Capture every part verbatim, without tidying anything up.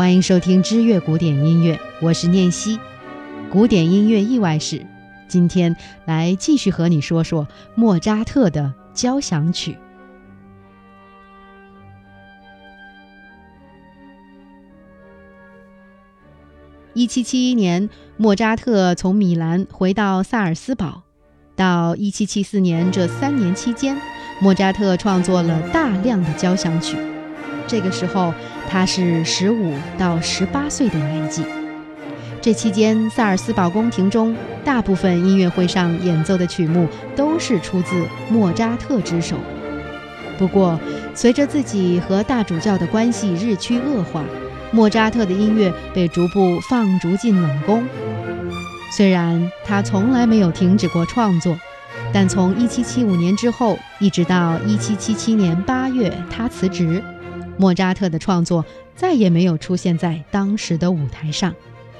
欢迎收听知乐古典音乐，我是念希。古典音乐意外史，今天来继续和你说说莫扎特的交响曲。一七七一年，莫扎特从米兰回到萨尔斯堡，到一七七四年这三年期间，莫扎特创作了大量的交响曲。这个时候他是十五到十八岁的年纪。这期间，萨尔斯堡宫廷中大部分音乐会上演奏的曲目都是出自莫扎特之手。不过，随着自己和大主教的关系日趋恶化，莫扎特的音乐被逐步放逐进冷宫。虽然他从来没有停止过创作，但从一七七五年之后一直到一七七七年八月他辞职，莫扎特的创作再也没有出现在当时的舞台上。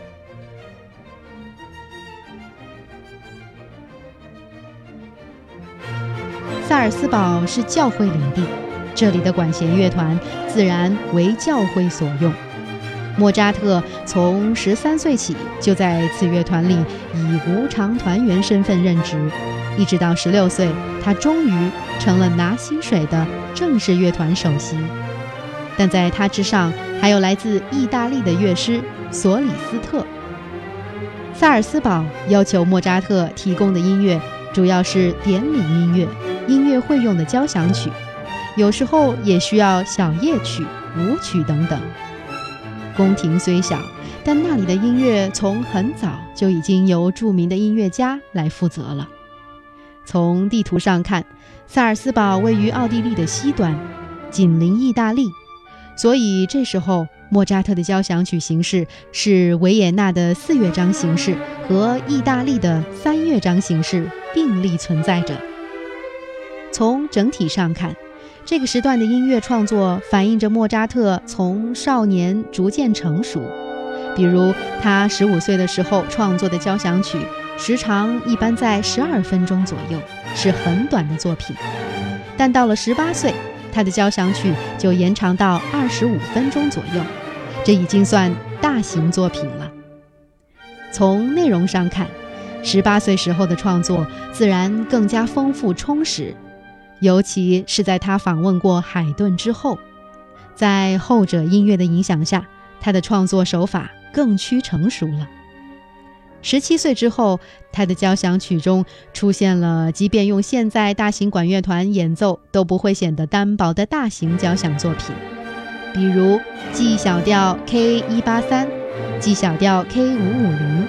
萨尔斯堡是教会领地，这里的管弦乐团自然为教会所用。莫扎特从十三岁起就在此乐团里以无偿团员身份任职，一直到十六岁，他终于成了拿薪水的正式乐团首席。但在他之上还有来自意大利的乐师索里斯特。萨尔斯堡要求莫扎特提供的音乐主要是典礼音乐、音乐会用的交响曲，有时候也需要小夜曲、舞曲等等。宫廷虽小，但那里的音乐从很早就已经由著名的音乐家来负责了。从地图上看，萨尔斯堡位于奥地利的西端，紧邻意大利，所以这时候莫扎特的交响曲形式是维也纳的四乐章形式和意大利的三乐章形式并立存在着。从整体上看，这个时段的音乐创作反映着莫扎特从少年逐渐成熟。比如他十五岁的时候创作的交响曲，时长一般在十二分钟左右，是很短的作品。但到了十八岁，他的交响曲就延长到二十五分钟左右，这已经算大型作品了。从内容上看，十八岁时候的创作自然更加丰富充实，尤其是在他访问过海顿之后，在后者音乐的影响下，他的创作手法更趋成熟了。十七岁之后，他的交响曲中出现了即便用现在大型管乐团演奏都不会显得单薄的大型交响作品，比如 G 小调 K 一八三、G 小调 K 五五零。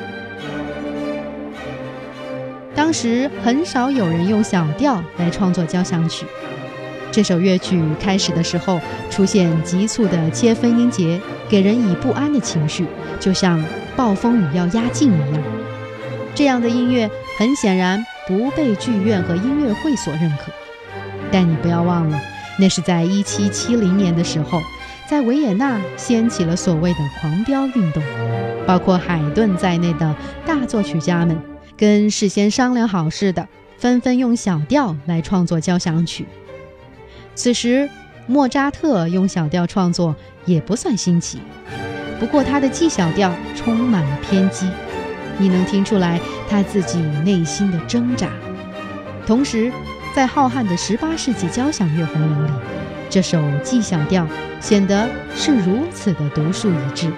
当时很少有人用小调来创作交响曲。这首乐曲开始的时候出现急促的切分音节，给人以不安的情绪，就像暴风雨要压境一样。这样的音乐很显然不被剧院和音乐会所认可。但你不要忘了，那是在一七七零年的时候，在维也纳掀起了所谓的狂飙运动，包括海顿在内的大作曲家们跟事先商量好似的，纷纷用小调来创作交响曲。此时莫扎特用小调创作也不算新奇，不过他的 G 小调充满了偏激，你能听出来他自己内心的挣扎。同时在浩瀚的十八世纪交响乐洪流里，这首 G 小调显得是如此的独树一帜。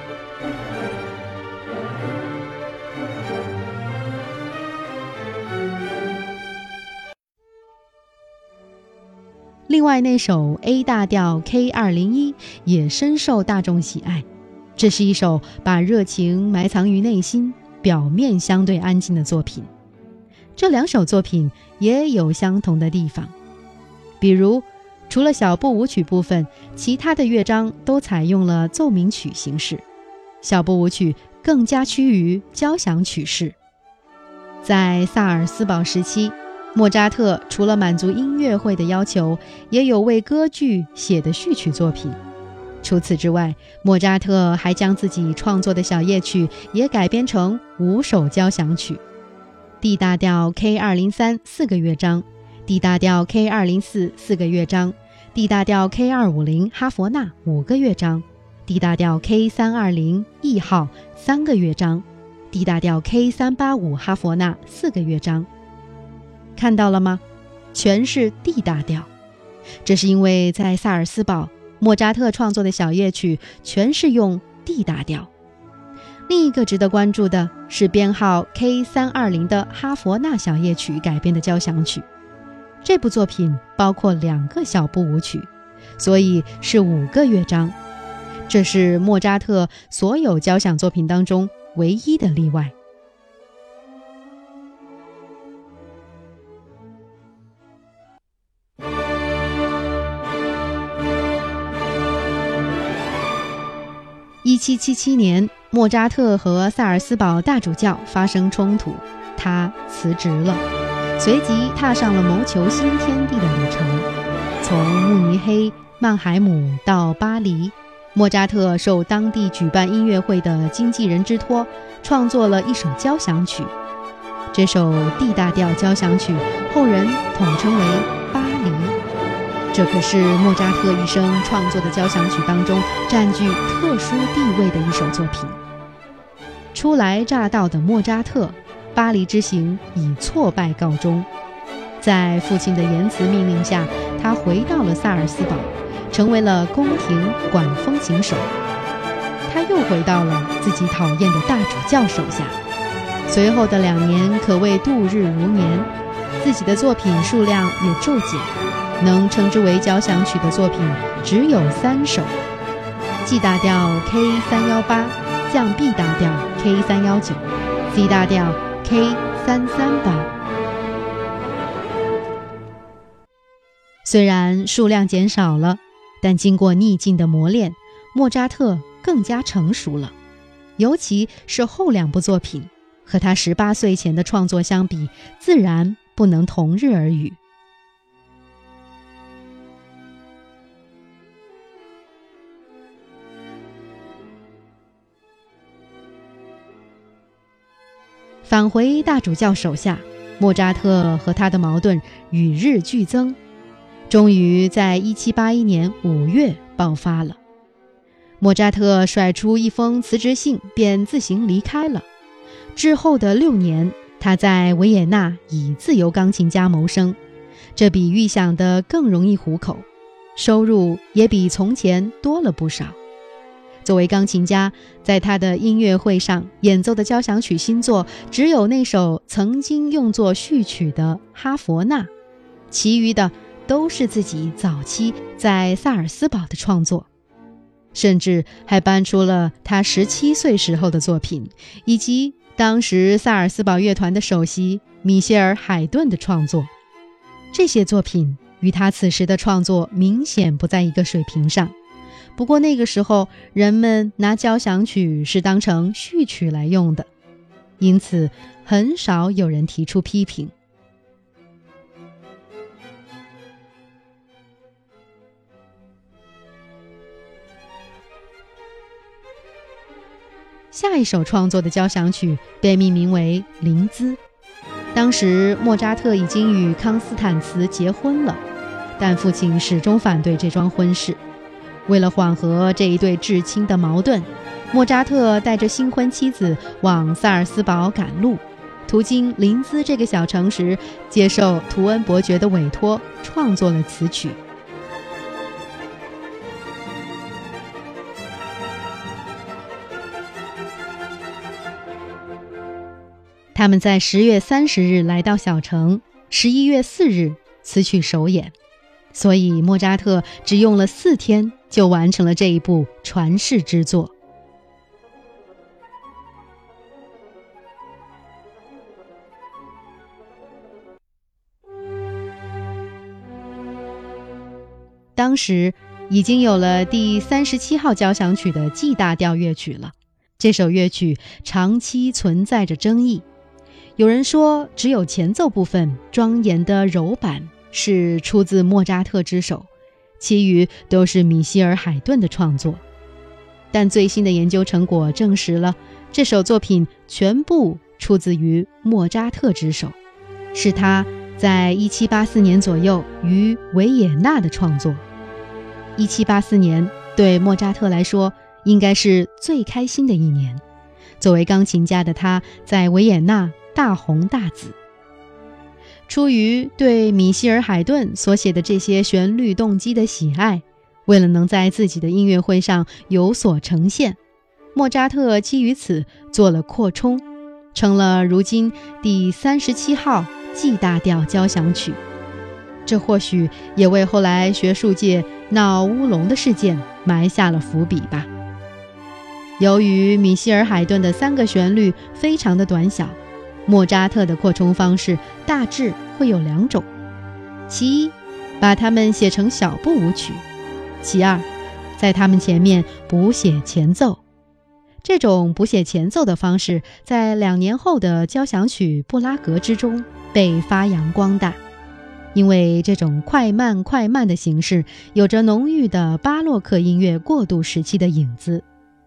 另外那首 A 大调 K 二零一 也深受大众喜爱，这是一首把热情埋藏于内心、表面相对安静的作品。这两首作品也有相同的地方，比如除了小步舞曲部分，其他的乐章都采用了奏鸣曲形式，小步舞曲更加趋于交响曲式。在萨尔斯堡时期，莫扎特除了满足音乐会的要求，也有为歌剧写的序曲作品。除此之外，莫扎特还将自己创作的小夜曲也改编成五首交响曲。D 大调 K 二零三 四个乐章， D 大调 K 二零四 四个乐章， D 大调 K 二五零 哈佛纳五个乐章， D 大调 K 三二零 E 号三个乐章， D 大调 K 三八五 哈佛纳四个乐章。看到了吗？全是 D 大调。这是因为在萨尔斯堡，莫扎特创作的小夜曲全是用 D 大调。另一个值得关注的是编号 K 三二零 的哈佛纳小夜曲改编的交响曲。这部作品包括两个小步舞曲，所以是五个乐章。这是莫扎特所有交响作品当中唯一的例外。一七七七年，莫扎特和萨尔斯堡大主教发生冲突，他辞职了，随即踏上了谋求新天地的旅程。从慕尼黑、曼海姆到巴黎，莫扎特受当地举办音乐会的经纪人之托，创作了一首交响曲。这首 D 大调交响曲后人统称为巴黎。这可是莫扎特一生创作的交响曲当中占据特殊地位的一首作品。初来乍到的莫扎特，巴黎之行以挫败告终。在父亲的严词命令下，他回到了萨尔斯堡，成为了宫廷管风琴手。他又回到了自己讨厌的大主教手下。随后的两年可谓度日如年，自己的作品数量也骤减，能称之为交响曲的作品只有三首。G 大调 K 三一八，降 B 大调 K 三一九， C 大调 K 三三八。虽然数量减少了，但经过逆境的磨练，莫扎特更加成熟了。尤其是后两部作品，和他十八岁前的创作相比，自然不能同日而语。返回大主教手下，莫扎特和他的矛盾与日俱增，终于在一七八一年五月爆发了。莫扎特甩出一封辞职信，便自行离开了。之后的六年，他在维也纳以自由钢琴家谋生，这比预想的更容易糊口，收入也比从前多了不少。作为钢琴家，在他的音乐会上演奏的交响曲新作只有那首曾经用作序曲的哈佛纳，其余的都是自己早期在萨尔斯堡的创作，甚至还搬出了他十七岁时候的作品，以及当时萨尔斯堡乐团的首席米歇尔·海顿的创作。这些作品与他此时的创作明显不在一个水平上。不过那个时候，人们拿交响曲是当成序曲来用的，因此很少有人提出批评。下一首创作的交响曲被命名为《灵兹》。当时莫扎特已经与康斯坦茨结婚了，但父亲始终反对这桩婚事。为了缓和这一对至亲的矛盾，莫扎特带着新婚妻子往萨尔斯堡赶路，途经林兹这个小城时，接受图恩伯爵的委托，创作了此曲。他们在十月三十日来到小城，十一月四日此曲首演，所以莫扎特只用了四天就完成了这一部传世之作。当时已经有了第三十七号交响曲的 G 大调乐曲了，这首乐曲长期存在着争议。有人说只有前奏部分庄严的柔板是出自莫扎特之手，其余都是米歇尔·海顿的创作。但最新的研究成果证实了这首作品全部出自于莫扎特之手，是他在一七八四年左右于维也纳的创作。一七八四年对莫扎特来说应该是最开心的一年。作为钢琴家的他，在维也纳大红大紫。出于对米歇尔·海顿所写的这些旋律动机的喜爱，为了能在自己的音乐会上有所呈现，莫扎特基于此做了扩充，成了如今第三十七号 G 大调交响曲。这或许也为后来学术界闹乌龙的事件埋下了伏笔吧。由于米歇尔·海顿的三个旋律非常的短小，莫扎特的扩充方式大致会有两种：其一，把它们写成小步舞曲；其二，在它们前面补写前奏。这种补写前奏的方式在两年后的交响曲《布拉格》之中被发扬光大，因为这种快慢快慢的形式有着浓郁的巴洛克音乐过渡时期的影子。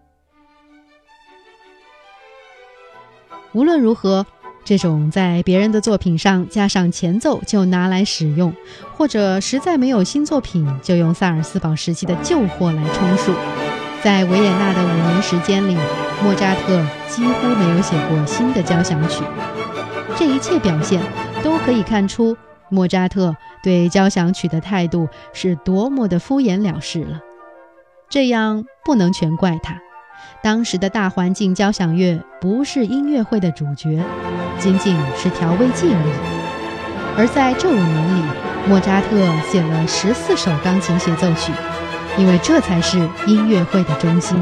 无论如何，这种在别人的作品上加上前奏就拿来使用，或者实在没有新作品就用萨尔斯堡时期的旧货来充数，在维也纳的五年时间里，莫扎特几乎没有写过新的交响曲。这一切表现都可以看出莫扎特对交响曲的态度是多么的敷衍了事了。这样不能全怪他，当时的大环境交响乐不是音乐会的主角，仅仅是调味剂而已。而在这五年里，莫扎特写了十四首钢琴协奏曲，因为这才是音乐会的中心。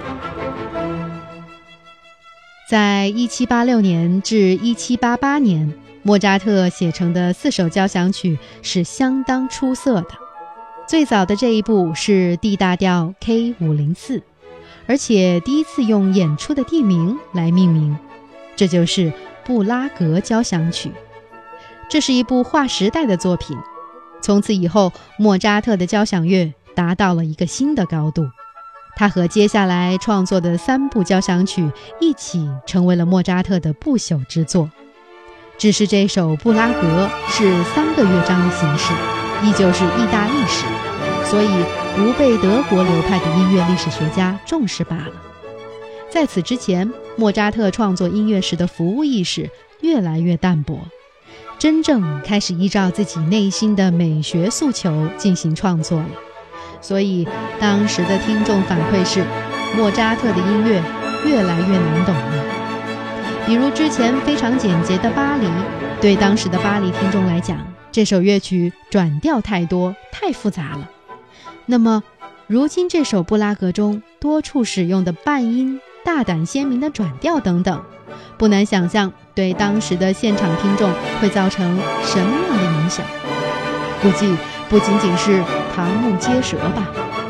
在一七八六年至一七八八年，莫扎特写成的四首交响曲是相当出色的。最早的这一部是 D 大调 K 五零四，而且第一次用演出的地名来命名，这就是布拉格交响曲。这是一部划时代的作品，从此以后，莫扎特的交响乐达到了一个新的高度。他和接下来创作的三部交响曲一起成为了莫扎特的不朽之作。只是这首布拉格是三个乐章的形式，依旧是意大利式，所以不被德国流派的音乐历史学家重视罢了。在此之前，莫扎特创作音乐时的服务意识越来越淡薄，真正开始依照自己内心的美学诉求进行创作了。所以当时的听众反馈是，莫扎特的音乐越来越难懂了。比如之前非常简洁的巴黎，对当时的巴黎听众来讲，这首乐曲转调太多，太复杂了。那么如今这首布拉格中多处使用的半音、大胆鲜明的转调等等，不难想象对当时的现场听众会造成什么样的影响。估计不仅仅是瞠目结舌吧。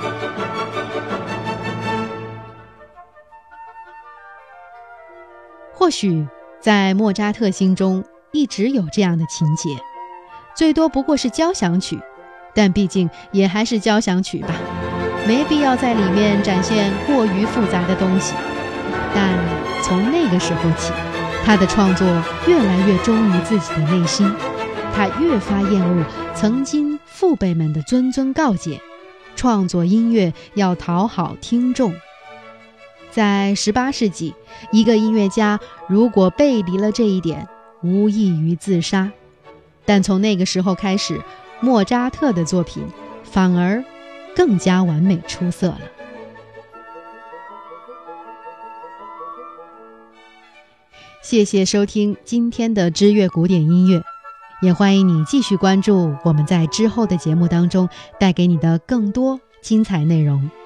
或许在莫扎特心中一直有这样的情节，最多不过是交响曲，但毕竟也还是交响曲吧，没必要在里面展现过于复杂的东西。但从那个时候起，他的创作越来越忠于自己的内心，他越发厌恶曾经父辈们的谆谆告诫，创作音乐要讨好听众。在十八世纪，一个音乐家如果背离了这一点，无异于自杀。但从那个时候开始，莫扎特的作品反而更加完美出色了。谢谢收听今天的知乐古典音乐，也欢迎你继续关注我们在之后的节目当中带给你的更多精彩内容。